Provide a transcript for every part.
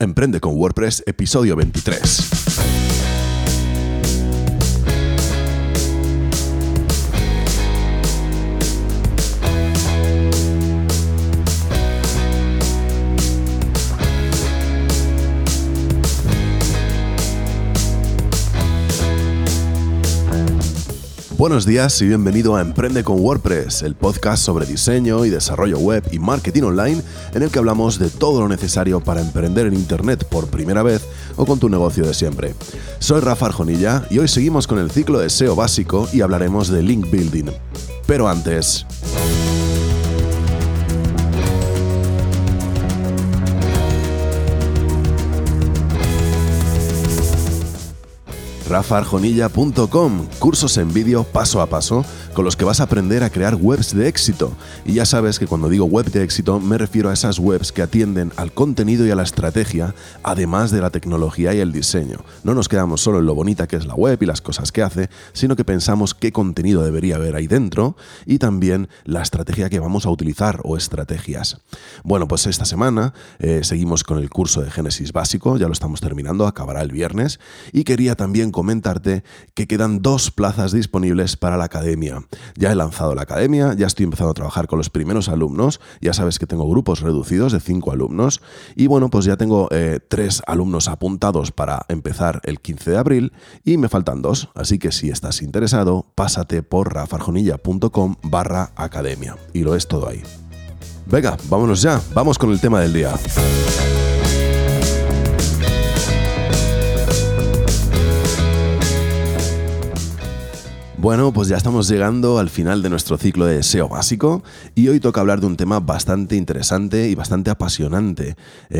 Emprende con WordPress, episodio 23. Buenos días y bienvenido a Emprende con WordPress, el podcast sobre diseño y desarrollo web y marketing online en el que hablamos de todo lo necesario para emprender en Internet por primera vez o con tu negocio de siempre. Soy Rafa Arjonilla y hoy seguimos con el ciclo de SEO básico y hablaremos de link building. Pero antes... rafaarjonilla.com, cursos en vídeo paso a paso con los que vas a aprender a crear webs de éxito. Y ya sabes que cuando digo web de éxito me refiero a esas webs que atienden al contenido y a la estrategia, además de la tecnología y el diseño. No nos quedamos solo en lo bonita que es la web y las cosas que hace, sino que pensamos qué contenido debería haber ahí dentro y también la estrategia que vamos a utilizar o estrategias. Bueno, pues esta semana seguimos con el curso de Génesis básico, ya lo estamos terminando, acabará el viernes, y quería también comentarte que quedan 2 plazas disponibles para la academia. Ya he lanzado la academia, ya estoy empezando a trabajar con los primeros alumnos, ya sabes que tengo grupos reducidos de 5 alumnos y bueno, pues ya tengo 3 alumnos apuntados para empezar el 15 de abril y me faltan 2, así que si estás interesado, pásate por rafaarjonilla.com/academia y lo es todo ahí. Venga, vámonos ya, vamos con el tema del día. Bueno, pues ya estamos llegando al final de nuestro ciclo de SEO básico y hoy toca hablar de un tema bastante interesante y bastante apasionante,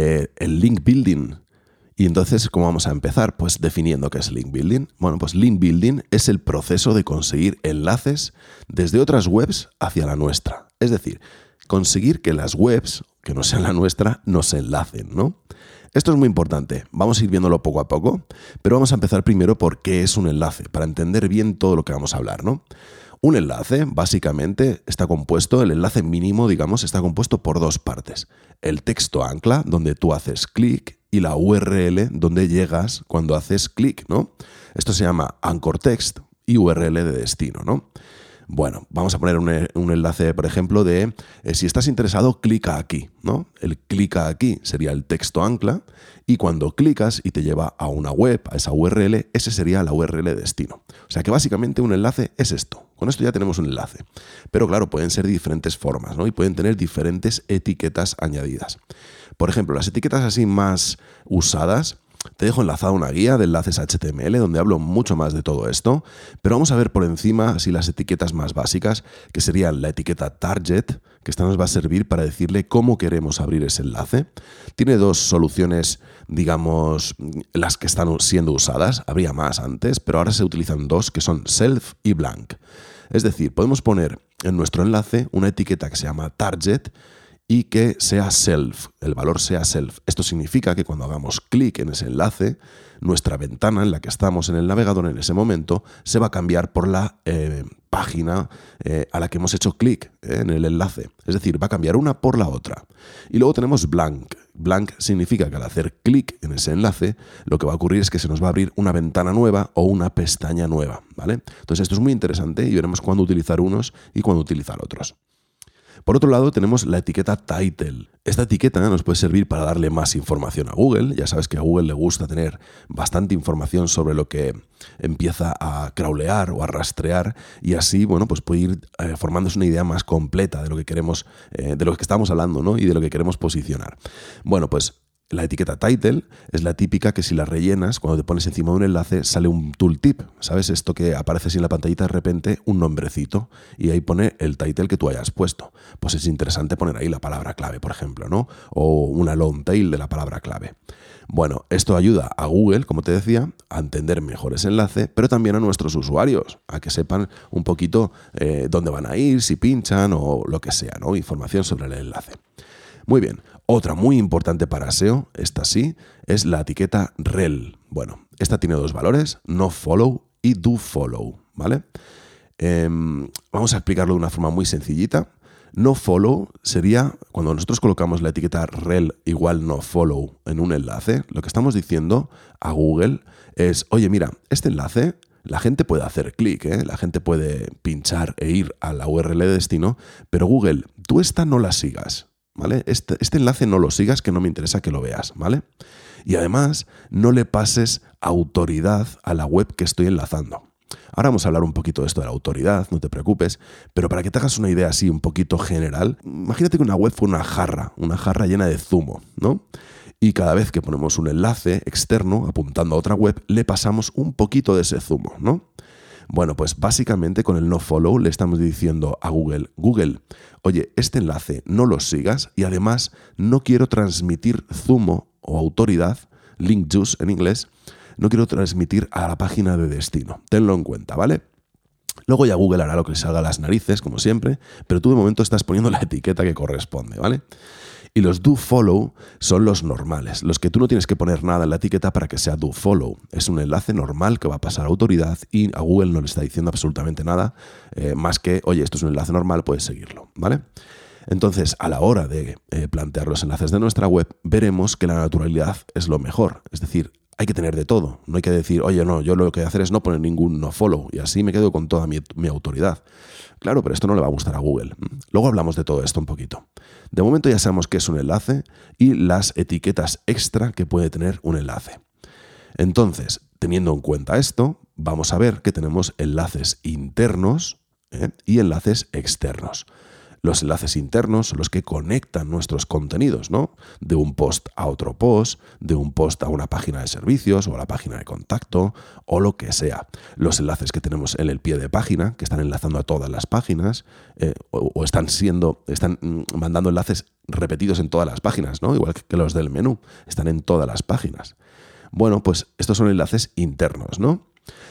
el link building. Y entonces, ¿cómo vamos a empezar? Pues definiendo qué es link building. Bueno, pues link building es el proceso de conseguir enlaces desde otras webs hacia la nuestra. Es decir, conseguir que las webs, que no sean la nuestra, nos enlacen, ¿no? Esto es muy importante, vamos a ir viéndolo poco a poco, pero vamos a empezar primero por qué es un enlace, para entender bien todo lo que vamos a hablar, ¿no? Un enlace, básicamente, está compuesto, el enlace mínimo, digamos, está compuesto por 2 partes. El texto ancla, donde tú haces clic, y la URL, donde llegas cuando haces clic, ¿no? Esto se llama anchor text y URL de destino, ¿no? Bueno, vamos a poner un enlace, por ejemplo, de si estás interesado, clica aquí, ¿no? El clica aquí sería el texto ancla y cuando clicas y te lleva a una web, a esa URL, ese sería la URL de destino. O sea que básicamente un enlace es esto. Con esto ya tenemos un enlace. Pero claro, pueden ser de diferentes formas, ¿no? Y pueden tener diferentes etiquetas añadidas. Por ejemplo, las etiquetas así más usadas, te dejo enlazada una guía de enlaces HTML donde hablo mucho más de todo esto, pero vamos a ver por encima así las etiquetas más básicas, que serían la etiqueta target, que esta nos va a servir para decirle cómo queremos abrir ese enlace. Tiene 2 soluciones, digamos, las que están siendo usadas, habría más antes, pero ahora se utilizan 2 que son self y blank. Es decir, podemos poner en nuestro enlace una etiqueta que se llama target y que sea self, el valor sea self. Esto significa que cuando hagamos clic en ese enlace, nuestra ventana en la que estamos en el navegador en ese momento se va a cambiar por la página a la que hemos hecho clic en el enlace. Es decir, va a cambiar una por la otra. Y luego tenemos blank. Blank significa que al hacer clic en ese enlace, lo que va a ocurrir es que se nos va a abrir una ventana nueva o una pestaña nueva, ¿vale? Entonces esto es muy interesante y veremos cuándo utilizar unos y cuándo utilizar otros. Por otro lado, tenemos la etiqueta title. Esta etiqueta nos puede servir para darle más información a Google. Ya sabes que a Google le gusta tener bastante información sobre lo que empieza a crawlear o a rastrear y así, bueno, pues puede ir formándose una idea más completa de lo que queremos, de lo que estamos hablando, ¿no? Y de lo que queremos posicionar. Bueno, pues la etiqueta title es la típica que si la rellenas, cuando te pones encima de un enlace, sale un tooltip. ¿Sabes? Esto que aparece así en la pantallita de repente, un nombrecito, y ahí pone el title que tú hayas puesto. Pues es interesante poner ahí la palabra clave, por ejemplo, ¿no? O una long tail de la palabra clave. Bueno, esto ayuda a Google, como te decía, a entender mejor ese enlace, pero también a nuestros usuarios, a que sepan un poquito dónde van a ir, si pinchan o lo que sea, ¿no? Información sobre el enlace. Muy bien, otra muy importante para SEO, esta sí, es la etiqueta rel. Bueno, esta tiene 2 valores, no follow y do follow, ¿vale? Vamos a explicarlo de una forma muy sencillita. No follow sería cuando nosotros colocamos la etiqueta rel igual no follow en un enlace, lo que estamos diciendo a Google es, oye, mira, este enlace la gente puede hacer clic, la gente puede pinchar e ir a la URL de destino, pero Google, tú esta no la sigas, ¿vale? Este enlace no lo sigas, que no me interesa que lo veas, ¿vale? Y además, no le pases autoridad a la web que estoy enlazando. Ahora vamos a hablar un poquito de esto de la autoridad, no te preocupes, pero para que te hagas una idea así un poquito general, imagínate que una web fue una jarra llena de zumo, ¿no? Y cada vez que ponemos un enlace externo apuntando a otra web, le pasamos un poquito de ese zumo, ¿no? Bueno, pues básicamente con el nofollow le estamos diciendo a Google, oye, este enlace no lo sigas y además no quiero transmitir zumo o autoridad, link juice en inglés, no quiero transmitir a la página de destino. Tenlo en cuenta, ¿vale? Luego ya Google hará lo que le salga a las narices, como siempre, pero tú de momento estás poniendo la etiqueta que corresponde, ¿vale? Y los do follow son los normales, los que tú no tienes que poner nada en la etiqueta para que sea do follow. Es un enlace normal que va a pasar a autoridad y a Google no le está diciendo absolutamente nada, más que, oye, esto es un enlace normal, puedes seguirlo, ¿vale? Entonces, a la hora de plantear los enlaces de nuestra web, veremos que la naturalidad es lo mejor. Es decir, hay que tener de todo. No hay que decir, oye, no, yo lo que voy a hacer es no poner ningún nofollow y así me quedo con toda mi autoridad. Claro, pero esto no le va a gustar a Google. Luego hablamos de todo esto un poquito. De momento ya sabemos qué es un enlace y las etiquetas extra que puede tener un enlace. Entonces, teniendo en cuenta esto, vamos a ver que tenemos enlaces internos y enlaces externos. Los enlaces internos son los que conectan nuestros contenidos, ¿no? De un post a otro post, de un post a una página de servicios o a la página de contacto o lo que sea. Los enlaces que tenemos en el pie de página, que están enlazando a todas las páginas o están mandando enlaces repetidos en todas las páginas, ¿no? Igual que los del menú, están en todas las páginas. Bueno, pues estos son enlaces internos, ¿no?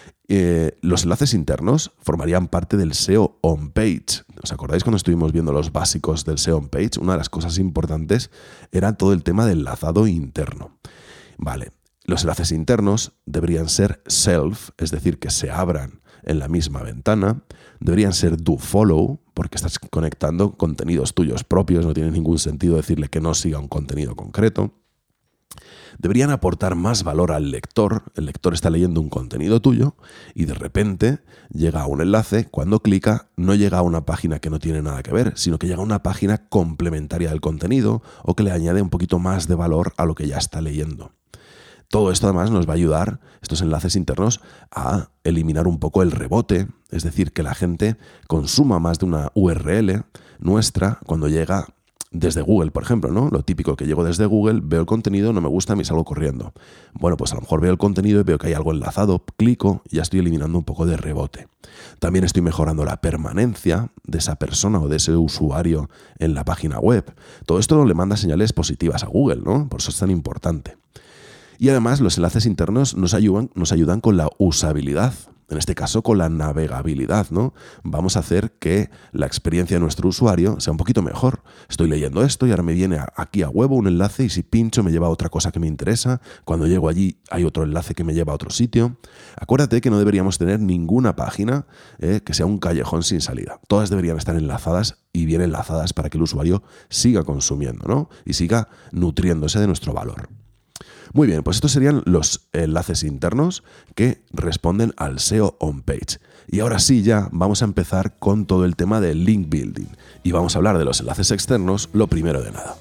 Los enlaces internos formarían parte del SEO on-page. ¿Os acordáis cuando estuvimos viendo los básicos del SEO on-page? Una de las cosas importantes era todo el tema del enlazado interno. Vale, los enlaces internos deberían ser self, es decir, que se abran en la misma ventana. Deberían ser do follow, porque estás conectando contenidos tuyos propios, no tiene ningún sentido decirle que no siga un contenido concreto. Deberían aportar más valor al lector. El lector está leyendo un contenido tuyo y de repente llega a un enlace, cuando clica no llega a una página que no tiene nada que ver, sino que llega a una página complementaria del contenido o que le añade un poquito más de valor a lo que ya está leyendo. Todo esto además nos va a ayudar, estos enlaces internos, a eliminar un poco el rebote, es decir, que la gente consuma más de una URL nuestra cuando llega desde Google, por ejemplo, ¿no? Lo típico, que llego desde Google, veo el contenido, no me gusta, me salgo corriendo. Bueno, pues a lo mejor veo el contenido y veo que hay algo enlazado, clico y ya estoy eliminando un poco de rebote. También estoy mejorando la permanencia de esa persona o de ese usuario en la página web. Todo esto le manda señales positivas a Google, ¿no? Por eso es tan importante. Y además los enlaces internos nos ayudan con la usabilidad. En este caso con la navegabilidad, ¿no? Vamos a hacer que la experiencia de nuestro usuario sea un poquito mejor. Estoy leyendo esto y ahora me viene aquí a huevo un enlace y si pincho me lleva a otra cosa que me interesa. Cuando llego allí hay otro enlace que me lleva a otro sitio. Acuérdate que no deberíamos tener ninguna página que sea un callejón sin salida. Todas deberían estar enlazadas y bien enlazadas para que el usuario siga consumiendo, ¿no? Y siga nutriéndose de nuestro valor. Muy bien, pues estos serían los enlaces internos que responden al SEO on-page. Y ahora sí ya vamos a empezar con todo el tema del link building. Y vamos a hablar de los enlaces externos, lo primero de nada.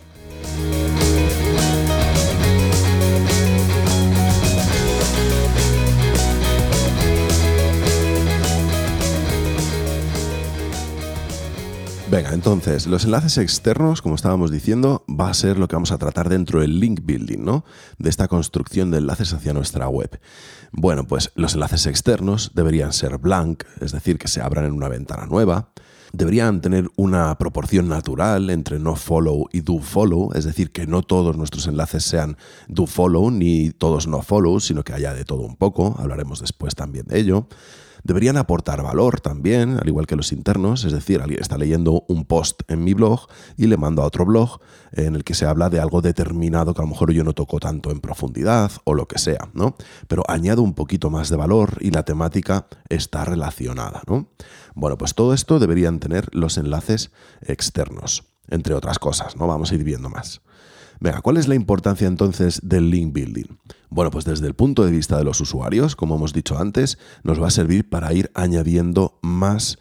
Venga, entonces, los enlaces externos, como estábamos diciendo, va a ser lo que vamos a tratar dentro del link building, ¿no? De esta construcción de enlaces hacia nuestra web. Bueno, pues los enlaces externos deberían ser blank, es decir, que se abran en una ventana nueva. Deberían tener una proporción natural entre nofollow y dofollow, es decir, que no todos nuestros enlaces sean dofollow ni todos nofollow, sino que haya de todo un poco. Hablaremos después también de ello. Deberían aportar valor también, al igual que los internos, es decir, alguien está leyendo un post en mi blog y le mando a otro blog en el que se habla de algo determinado que a lo mejor yo no toco tanto en profundidad o lo que sea, ¿no? Pero añado un poquito más de valor y la temática está relacionada, ¿no? Bueno, pues todo esto deberían tener los enlaces externos, entre otras cosas, ¿no? Vamos a ir viendo más. Venga, ¿cuál es la importancia entonces del link building? Bueno, pues desde el punto de vista de los usuarios, como hemos dicho antes, nos va a servir para ir añadiendo más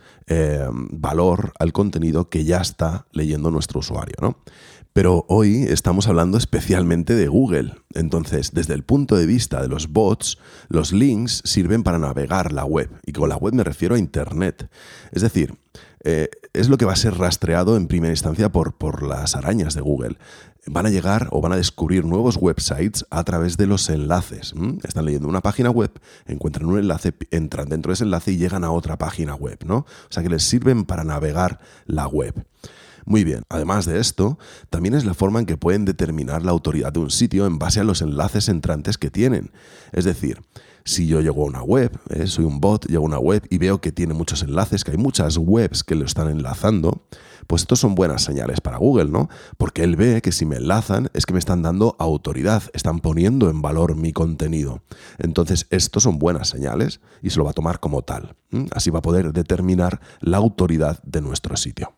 valor al contenido que ya está leyendo nuestro usuario, ¿no? Pero hoy estamos hablando especialmente de Google. Entonces, desde el punto de vista de los bots, los links sirven para navegar la web. Y con la web me refiero a Internet. Es decir, es lo que va a ser rastreado en primera instancia por las arañas de Google. Van a llegar o van a descubrir nuevos websites a través de los enlaces. Están leyendo una página web, encuentran un enlace, entran dentro de ese enlace y llegan a otra página web, ¿no? O sea que les sirven para navegar la web. Muy bien, además de esto, también es la forma en que pueden determinar la autoridad de un sitio en base a los enlaces entrantes que tienen. Es decir, si yo llego a una web, soy un bot, llego a una web y veo que tiene muchos enlaces, que hay muchas webs que lo están enlazando, pues estos son buenas señales para Google, ¿no? Porque él ve que si me enlazan es que me están dando autoridad, están poniendo en valor mi contenido. Entonces, estos son buenas señales y se lo va a tomar como tal. Así va a poder determinar la autoridad de nuestro sitio.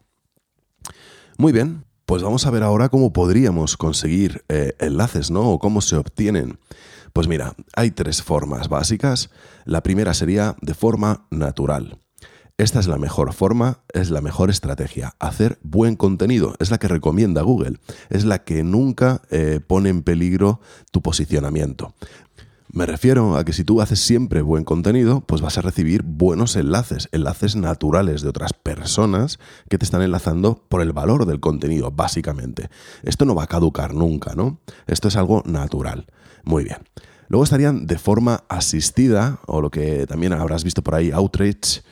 Muy bien, pues vamos a ver ahora cómo podríamos conseguir enlaces, ¿no? O cómo se obtienen. Pues mira, hay 3 formas básicas. La primera sería de forma natural. Esta es la mejor forma, es la mejor estrategia. Hacer buen contenido es la que recomienda Google, es la que nunca pone en peligro tu posicionamiento. Me refiero a que si tú haces siempre buen contenido, pues vas a recibir buenos enlaces naturales de otras personas que te están enlazando por el valor del contenido, básicamente. Esto no va a caducar nunca, ¿no? Esto es algo natural. Muy bien. Luego estarían de forma asistida, o lo que también habrás visto por ahí, outreach.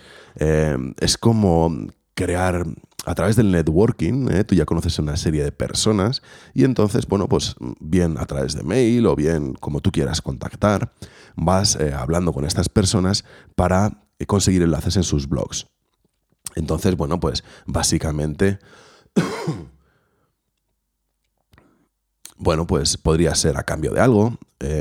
Es como crear a través del networking, tú ya conoces una serie de personas y entonces, bueno, pues bien a través de mail o bien como tú quieras contactar, vas hablando con estas personas para conseguir enlaces en sus blogs. Entonces, bueno, pues básicamente, bueno, pues podría ser a cambio de algo.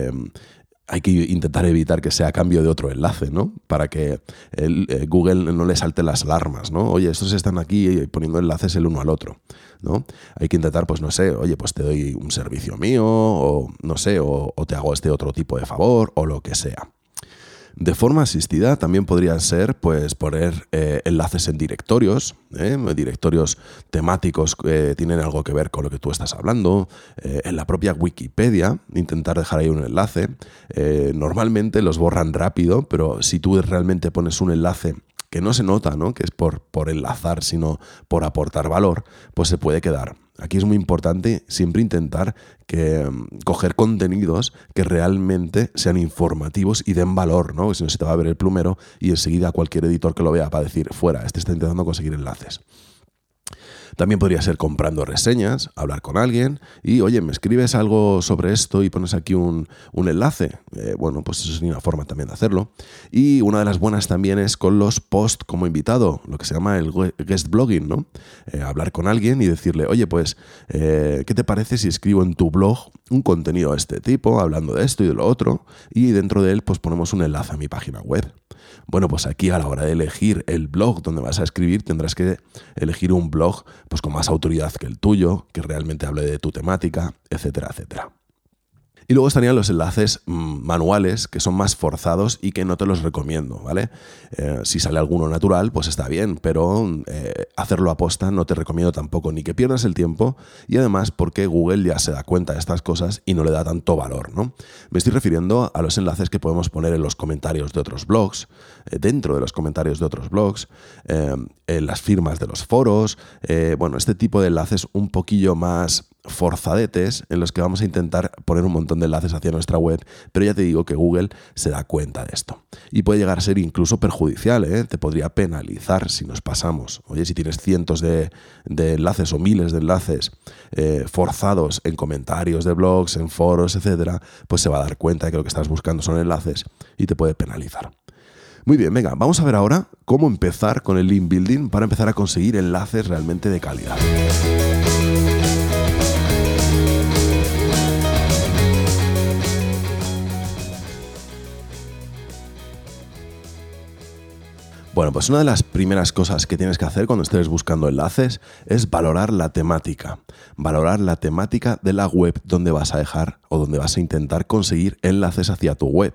Hay que intentar evitar que sea a cambio de otro enlace, ¿no? Para que Google no le salte las alarmas, ¿no? Oye, estos están aquí poniendo enlaces el uno al otro, ¿no? Hay que intentar, pues no sé, oye, pues te doy un servicio mío, o no sé, o te hago este otro tipo de favor, o lo que sea. De forma asistida también podrían ser pues poner enlaces en directorios, directorios temáticos que tienen algo que ver con lo que tú estás hablando, en la propia Wikipedia, intentar dejar ahí un enlace. Normalmente los borran rápido, pero si tú realmente pones un enlace que no se nota, ¿no? Que es por enlazar, sino por aportar valor, pues se puede quedar. Aquí es muy importante siempre intentar coger contenidos que realmente sean informativos y den valor, ¿no? Si no se te va a ver el plumero y enseguida cualquier editor que lo vea va a decir, fuera, este está intentando conseguir enlaces. También podría ser comprando reseñas, hablar con alguien y, oye, ¿me escribes algo sobre esto y pones aquí un enlace? Bueno, pues eso sería una forma también de hacerlo. Y una de las buenas también es con los posts como invitado, lo que se llama el guest blogging, ¿no? Hablar con alguien y decirle, oye, pues, ¿qué te parece si escribo en tu blog un contenido de este tipo, hablando de esto y de lo otro? Y dentro de él, pues ponemos un enlace a mi página web. Bueno, pues aquí a la hora de elegir el blog donde vas a escribir tendrás que elegir un blog pues con más autoridad que el tuyo, que realmente hable de tu temática, etcétera, etcétera. Y luego estarían los enlaces manuales, que son más forzados y que no te los recomiendo, ¿vale? Si sale alguno natural, pues está bien, pero hacerlo a posta no te recomiendo tampoco, ni que pierdas el tiempo y además porque Google ya se da cuenta de estas cosas y no le da tanto valor, ¿no? Me estoy refiriendo a los enlaces que podemos poner en los comentarios de otros blogs, dentro de los comentarios de otros blogs, en las firmas de los foros, bueno, este tipo de enlaces un poquillo más forzadetes en los que vamos a intentar poner un montón de enlaces hacia nuestra web, pero ya te digo que Google se da cuenta de esto. Y puede llegar a ser incluso perjudicial, ¿eh? Te podría penalizar si nos pasamos. Oye, si tienes cientos de enlaces o miles de enlaces forzados en comentarios de blogs, en foros, etcétera, pues se va a dar cuenta de que lo que estás buscando son enlaces y te puede penalizar. Muy bien, venga, vamos a ver ahora cómo empezar con el link building para empezar a conseguir enlaces realmente de calidad. Bueno, pues una de las primeras cosas que tienes que hacer cuando estés buscando enlaces es valorar la temática. Valorar la temática de la web donde vas a dejar o donde vas a intentar conseguir enlaces hacia tu web.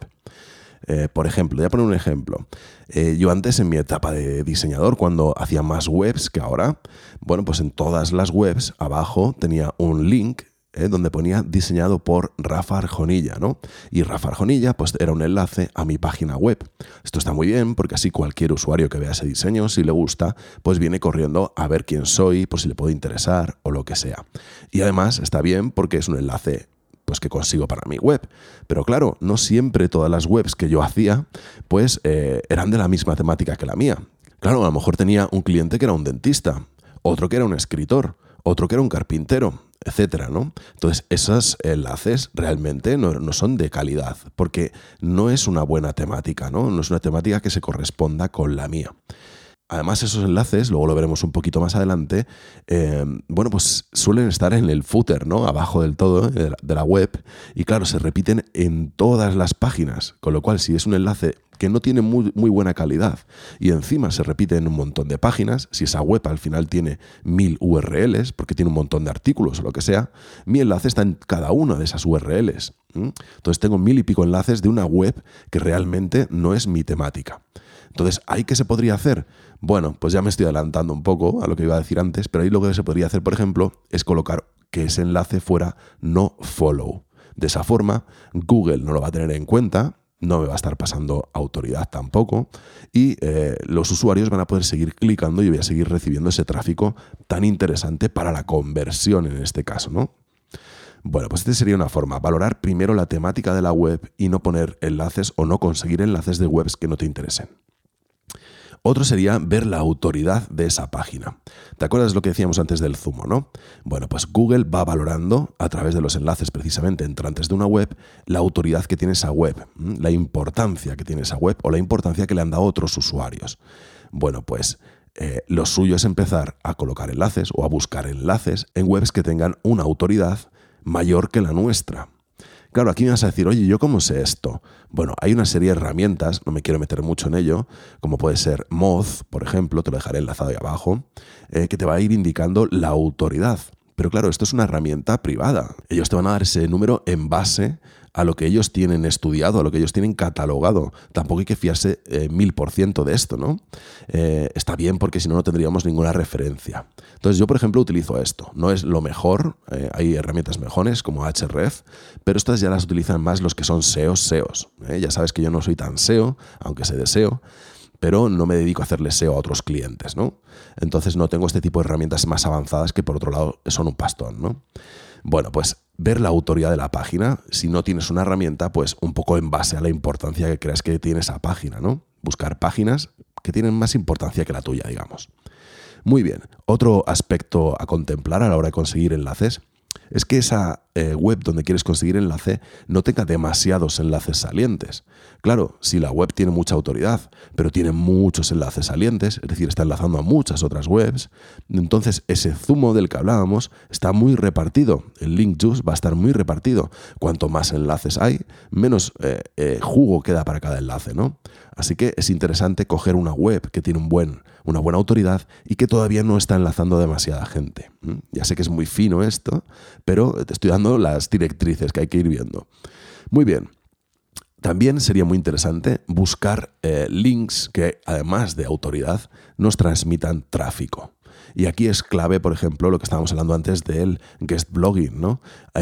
Por ejemplo, voy a poner un ejemplo. Yo antes, en mi etapa de diseñador, cuando hacía más webs que ahora, bueno, pues en todas las webs abajo tenía un link donde ponía diseñado por Rafa Arjonilla, ¿no? Y Rafa Arjonilla pues era un enlace a mi página web. Esto está muy bien porque así cualquier usuario que vea ese diseño, si le gusta, pues viene corriendo a ver quién soy, por si le puede interesar o lo que sea. Y además está bien porque es un enlace pues que consigo para mi web. Pero claro, no siempre todas las webs que yo hacía pues eran de la misma temática que la mía. Claro, a lo mejor tenía un cliente que era un dentista, otro que era un escritor, otro que era un carpintero, etcétera, ¿no? Entonces, esos enlaces realmente no son de calidad, porque no es una buena temática, ¿no? No es una temática que se corresponda con la mía. Además, esos enlaces, luego lo veremos un poquito más adelante, bueno, pues suelen estar en el footer, ¿no? Abajo del todo de la web, y claro, se repiten en todas las páginas, con lo cual, si es un enlace que no tiene muy buena calidad y encima se repite en un montón de páginas, si esa web al final tiene 1000 URLs, porque tiene un montón de artículos o lo que sea, mi enlace está en cada una de esas URLs. Entonces tengo 1000 y pico enlaces de una web que realmente no es mi temática. Entonces, ¿ahí qué se podría hacer? Bueno, pues ya me estoy adelantando un poco a lo que iba a decir antes, pero ahí lo que se podría hacer, por ejemplo, es colocar que ese enlace fuera no follow. De esa forma, Google no lo va a tener en cuenta, no me va a estar pasando autoridad tampoco y los usuarios van a poder seguir clicando y voy a seguir recibiendo ese tráfico tan interesante para la conversión en este caso, ¿no? Bueno, pues esta sería una forma, valorar primero la temática de la web y no poner enlaces o no conseguir enlaces de webs que no te interesen. Otro sería ver la autoridad de esa página. ¿Te acuerdas lo que decíamos antes del zumo, no? Bueno, pues Google va valorando a través de los enlaces precisamente entrantes de una web la autoridad que tiene esa web, la importancia que tiene esa web o la importancia que le han dado otros usuarios. Bueno, pues lo suyo es empezar a colocar enlaces o a buscar enlaces en webs que tengan una autoridad mayor que la nuestra. Claro, aquí me vas a decir, oye, ¿yo cómo sé esto? Bueno, hay una serie de herramientas, no me quiero meter mucho en ello, como puede ser Moz, por ejemplo, te lo dejaré enlazado ahí abajo, que te va a ir indicando la autoridad. Pero claro, esto es una herramienta privada. Ellos te van a dar ese número en base a lo que ellos tienen estudiado, a lo que ellos tienen catalogado. Tampoco hay que fiarse 1000% de esto, ¿no? Está bien porque si no, no tendríamos ninguna referencia. Entonces yo, por ejemplo, utilizo esto. No es lo mejor, hay herramientas mejores como Ahrefs, pero estas ya las utilizan más los que son SEOs. Ya sabes que yo no soy tan SEO, aunque sé de SEO, pero no me dedico a hacerle SEO a otros clientes, ¿no? Entonces no tengo este tipo de herramientas más avanzadas que por otro lado son un pastón, ¿no? Bueno, pues ver la autoridad de la página, si no tienes una herramienta, pues un poco en base a la importancia que creas que tiene esa página, ¿no? Buscar páginas que tienen más importancia que la tuya, digamos. Muy bien, otro aspecto a contemplar a la hora de conseguir enlaces es que esa web donde quieres conseguir enlace no tenga demasiados enlaces salientes. Claro, si la web tiene mucha autoridad, pero tiene muchos enlaces salientes, es decir, está enlazando a muchas otras webs, entonces ese zumo del que hablábamos está muy repartido. El link juice va a estar muy repartido. Cuanto más enlaces hay, menos jugo queda para cada enlace, ¿no? Así que es interesante coger una web que tiene una buena autoridad y que todavía no está enlazando a demasiada gente. Ya sé que es muy fino esto, pero te estoy dando las directrices que hay que ir viendo. Muy bien. También sería muy interesante buscar links que, además de autoridad, nos transmitan tráfico. Y aquí es clave, por ejemplo, lo que estábamos hablando antes del guest blogging, ¿no?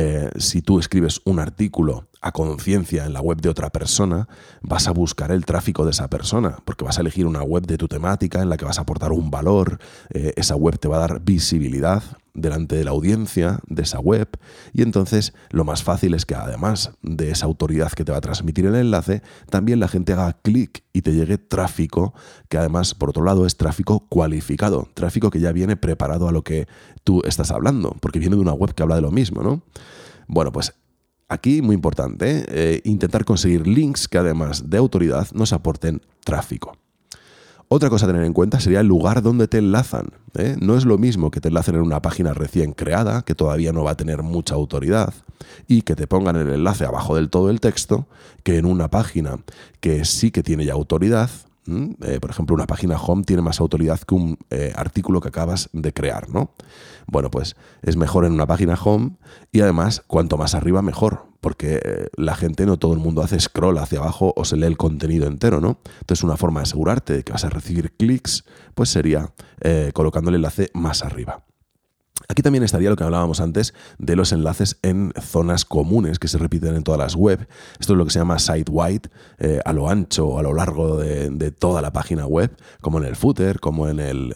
Si tú escribes un artículo a conciencia en la web de otra persona, vas a buscar el tráfico de esa persona, porque vas a elegir una web de tu temática en la que vas a aportar un valor, esa web te va a dar visibilidad delante de la audiencia de esa web y entonces lo más fácil es que además de esa autoridad que te va a transmitir el enlace, también la gente haga clic y te llegue tráfico que además, por otro lado, es tráfico cualificado, tráfico que ya viene preparado a lo que tú estás hablando, porque viene de una web que habla de lo mismo, ¿no? Bueno, pues aquí, muy importante, intentar conseguir links que además de autoridad nos aporten tráfico. Otra cosa a tener en cuenta sería el lugar donde te enlazan. No es lo mismo que te enlacen en una página recién creada, que todavía no va a tener mucha autoridad, y que te pongan el enlace abajo del todo el texto, que en una página que sí que tiene ya autoridad. Por ejemplo, una página home tiene más autoridad que un artículo que acabas de crear, ¿no? Bueno, pues es mejor en una página home y además cuanto más arriba mejor, porque la gente, no todo el mundo hace scroll hacia abajo o se lee el contenido entero, ¿no? Entonces una forma de asegurarte de que vas a recibir clics pues sería colocando el enlace más arriba. Aquí también estaría lo que hablábamos antes de los enlaces en zonas comunes que se repiten en todas las web. Esto es lo que se llama site-wide, a lo ancho o a lo largo de toda la página web, como en el footer, como en el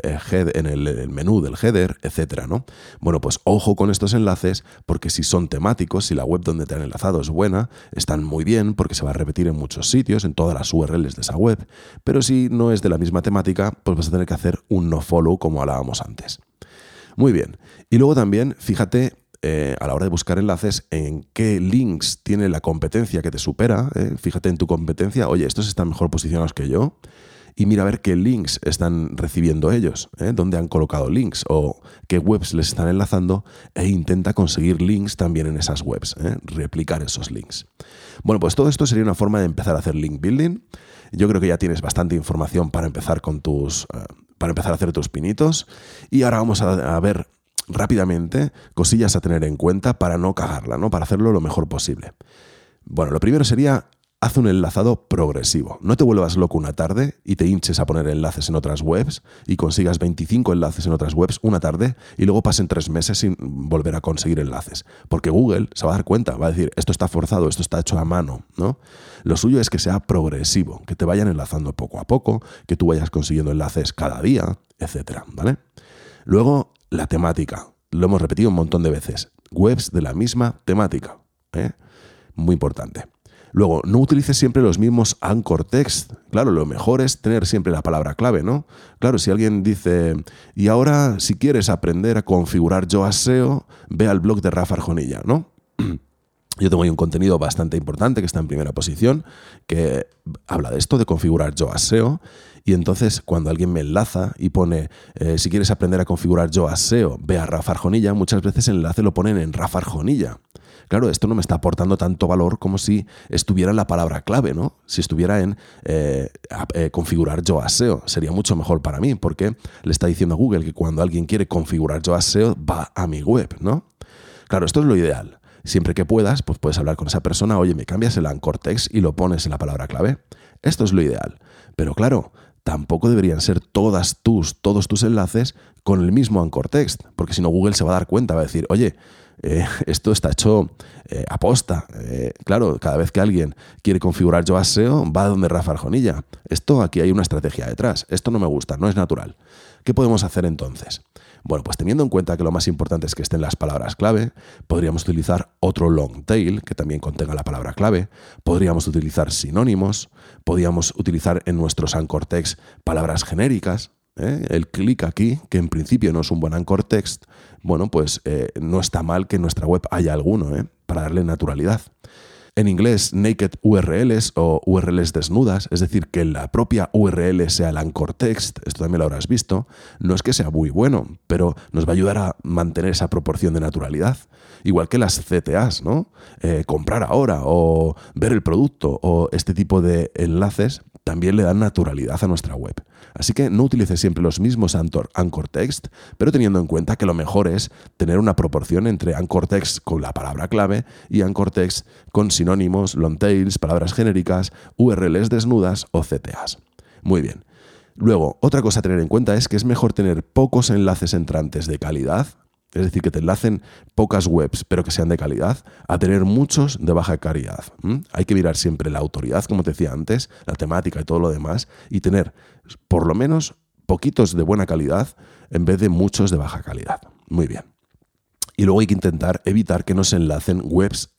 menú del header, etcétera, ¿no? Bueno, pues ojo con estos enlaces, porque si son temáticos, si la web donde te han enlazado es buena, están muy bien porque se va a repetir en muchos sitios, en todas las URLs de esa web. Pero si no es de la misma temática, pues vas a tener que hacer un nofollow como hablábamos antes. Muy bien. Y luego también, fíjate, a la hora de buscar enlaces, en qué links tiene la competencia que te supera. Fíjate en tu competencia, oye, estos están mejor posicionados que yo. Y mira a ver qué links están recibiendo ellos, dónde han colocado links o qué webs les están enlazando, e intenta conseguir links también en esas webs, replicar esos links. Bueno, pues todo esto sería una forma de empezar a hacer link building. Yo creo que ya tienes bastante información para empezar para empezar a hacer tus pinitos. Y ahora vamos a ver rápidamente cosillas a tener en cuenta para no cagarla, ¿no? Para hacerlo lo mejor posible. Bueno, lo primero sería: haz un enlazado progresivo. No te vuelvas loco una tarde y te hinches a poner enlaces en otras webs y consigas 25 enlaces en otras webs una tarde y luego pasen 3 meses sin volver a conseguir enlaces. Porque Google se va a dar cuenta, va a decir, esto está forzado, esto está hecho a mano, ¿no? Lo suyo es que sea progresivo, que te vayan enlazando poco a poco, que tú vayas consiguiendo enlaces cada día, etcétera, ¿vale? Luego, la temática. Lo hemos repetido un montón de veces. Webs de la misma temática, muy importante. Luego, no utilices siempre los mismos anchor text. Claro, lo mejor es tener siempre la palabra clave, ¿no? Claro, si alguien dice, y ahora si quieres aprender a configurar Yoast SEO, ve al blog de Rafa Arjonilla, ¿no? Yo tengo ahí un contenido bastante importante que está en primera posición, que habla de esto, de configurar Yoast SEO. Y entonces, cuando alguien me enlaza y pone, si quieres aprender a configurar Yoast SEO, ve a Rafa Arjonilla, muchas veces el enlace lo ponen en Rafa Arjonilla. Claro, esto no me está aportando tanto valor como si estuviera en la palabra clave, ¿no? Si estuviera en configurar Yoast SEO, sería mucho mejor para mí, porque le está diciendo a Google que cuando alguien quiere configurar Yoast SEO, va a mi web, ¿no? Claro, esto es lo ideal. Siempre que puedas, pues puedes hablar con esa persona, oye, me cambias el anchor text y lo pones en la palabra clave. Esto es lo ideal. Pero claro, tampoco deberían ser todos tus enlaces con el mismo anchor text, porque si no Google se va a dar cuenta, va a decir, oye, esto está hecho aposta. Claro, cada vez que alguien quiere configurar Yoast SEO, va a donde Rafa Arjonilla. Aquí hay una estrategia detrás. Esto no me gusta, no es natural. ¿Qué podemos hacer entonces? Bueno, pues teniendo en cuenta que lo más importante es que estén las palabras clave, podríamos utilizar otro long tail que también contenga la palabra clave, podríamos utilizar sinónimos, podríamos utilizar en nuestros anchor text palabras genéricas. El clic aquí, que en principio no es un buen anchor text, bueno, pues no está mal que en nuestra web haya alguno, para darle naturalidad. En inglés, naked URLs o URLs desnudas, es decir, que la propia URL sea el anchor text, esto también lo habrás visto, no es que sea muy bueno, pero nos va a ayudar a mantener esa proporción de naturalidad. Igual que las CTAs, ¿no? Comprar ahora o ver el producto o este tipo de enlaces también le dan naturalidad a nuestra web. Así que no utilices siempre los mismos anchor text, pero teniendo en cuenta que lo mejor es tener una proporción entre anchor text con la palabra clave y anchor text con sinónimos, long tails, palabras genéricas, URLs desnudas o CTAs. Muy bien. Luego, otra cosa a tener en cuenta es que es mejor tener pocos enlaces entrantes de calidad, es decir, que te enlacen pocas webs, pero que sean de calidad, a tener muchos de baja calidad. Hay que mirar siempre la autoridad, como te decía antes, la temática y todo lo demás, y tener por lo menos poquitos de buena calidad en vez de muchos de baja calidad. Muy bien. Y luego hay que intentar evitar que nos enlacen webs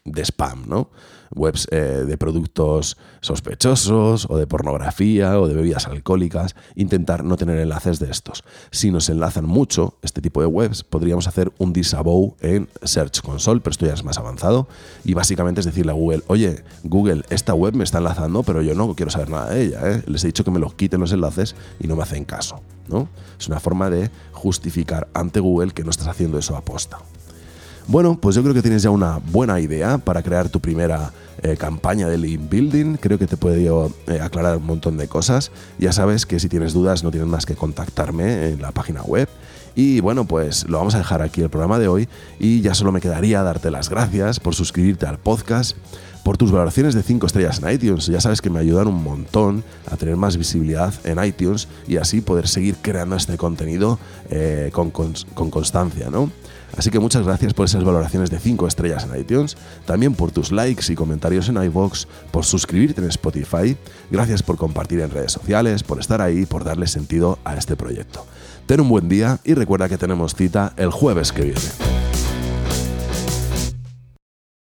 spam, ¿no? Webs de productos sospechosos o de pornografía o de bebidas alcohólicas, intentar no tener enlaces de estos. Si nos enlazan mucho este tipo de webs, podríamos hacer un disavow en Search Console, pero esto ya es más avanzado, y básicamente es decirle a Google, oye, Google, esta web me está enlazando, pero yo no quiero saber nada de ella, ¿eh? Les he dicho que me los quiten los enlaces y no me hacen caso, ¿no? Es una forma de justificar ante Google que no estás haciendo eso a posta. Bueno, pues yo creo que tienes ya una buena idea para crear tu primera campaña de link building. Creo que te he podido aclarar un montón de cosas. Ya sabes que si tienes dudas no tienes más que contactarme en la página web. Y bueno, pues lo vamos a dejar aquí el programa de hoy y ya solo me quedaría darte las gracias por suscribirte al podcast, por tus valoraciones de 5 estrellas en iTunes. Ya sabes que me ayudan un montón a tener más visibilidad en iTunes y así poder seguir creando este contenido con constancia, ¿no? Así que muchas gracias por esas valoraciones de 5 estrellas en iTunes, también por tus likes y comentarios en iVoox, por suscribirte en Spotify, gracias por compartir en redes sociales, por estar ahí, por darle sentido a este proyecto. Ten un buen día y recuerda que tenemos cita el jueves que viene.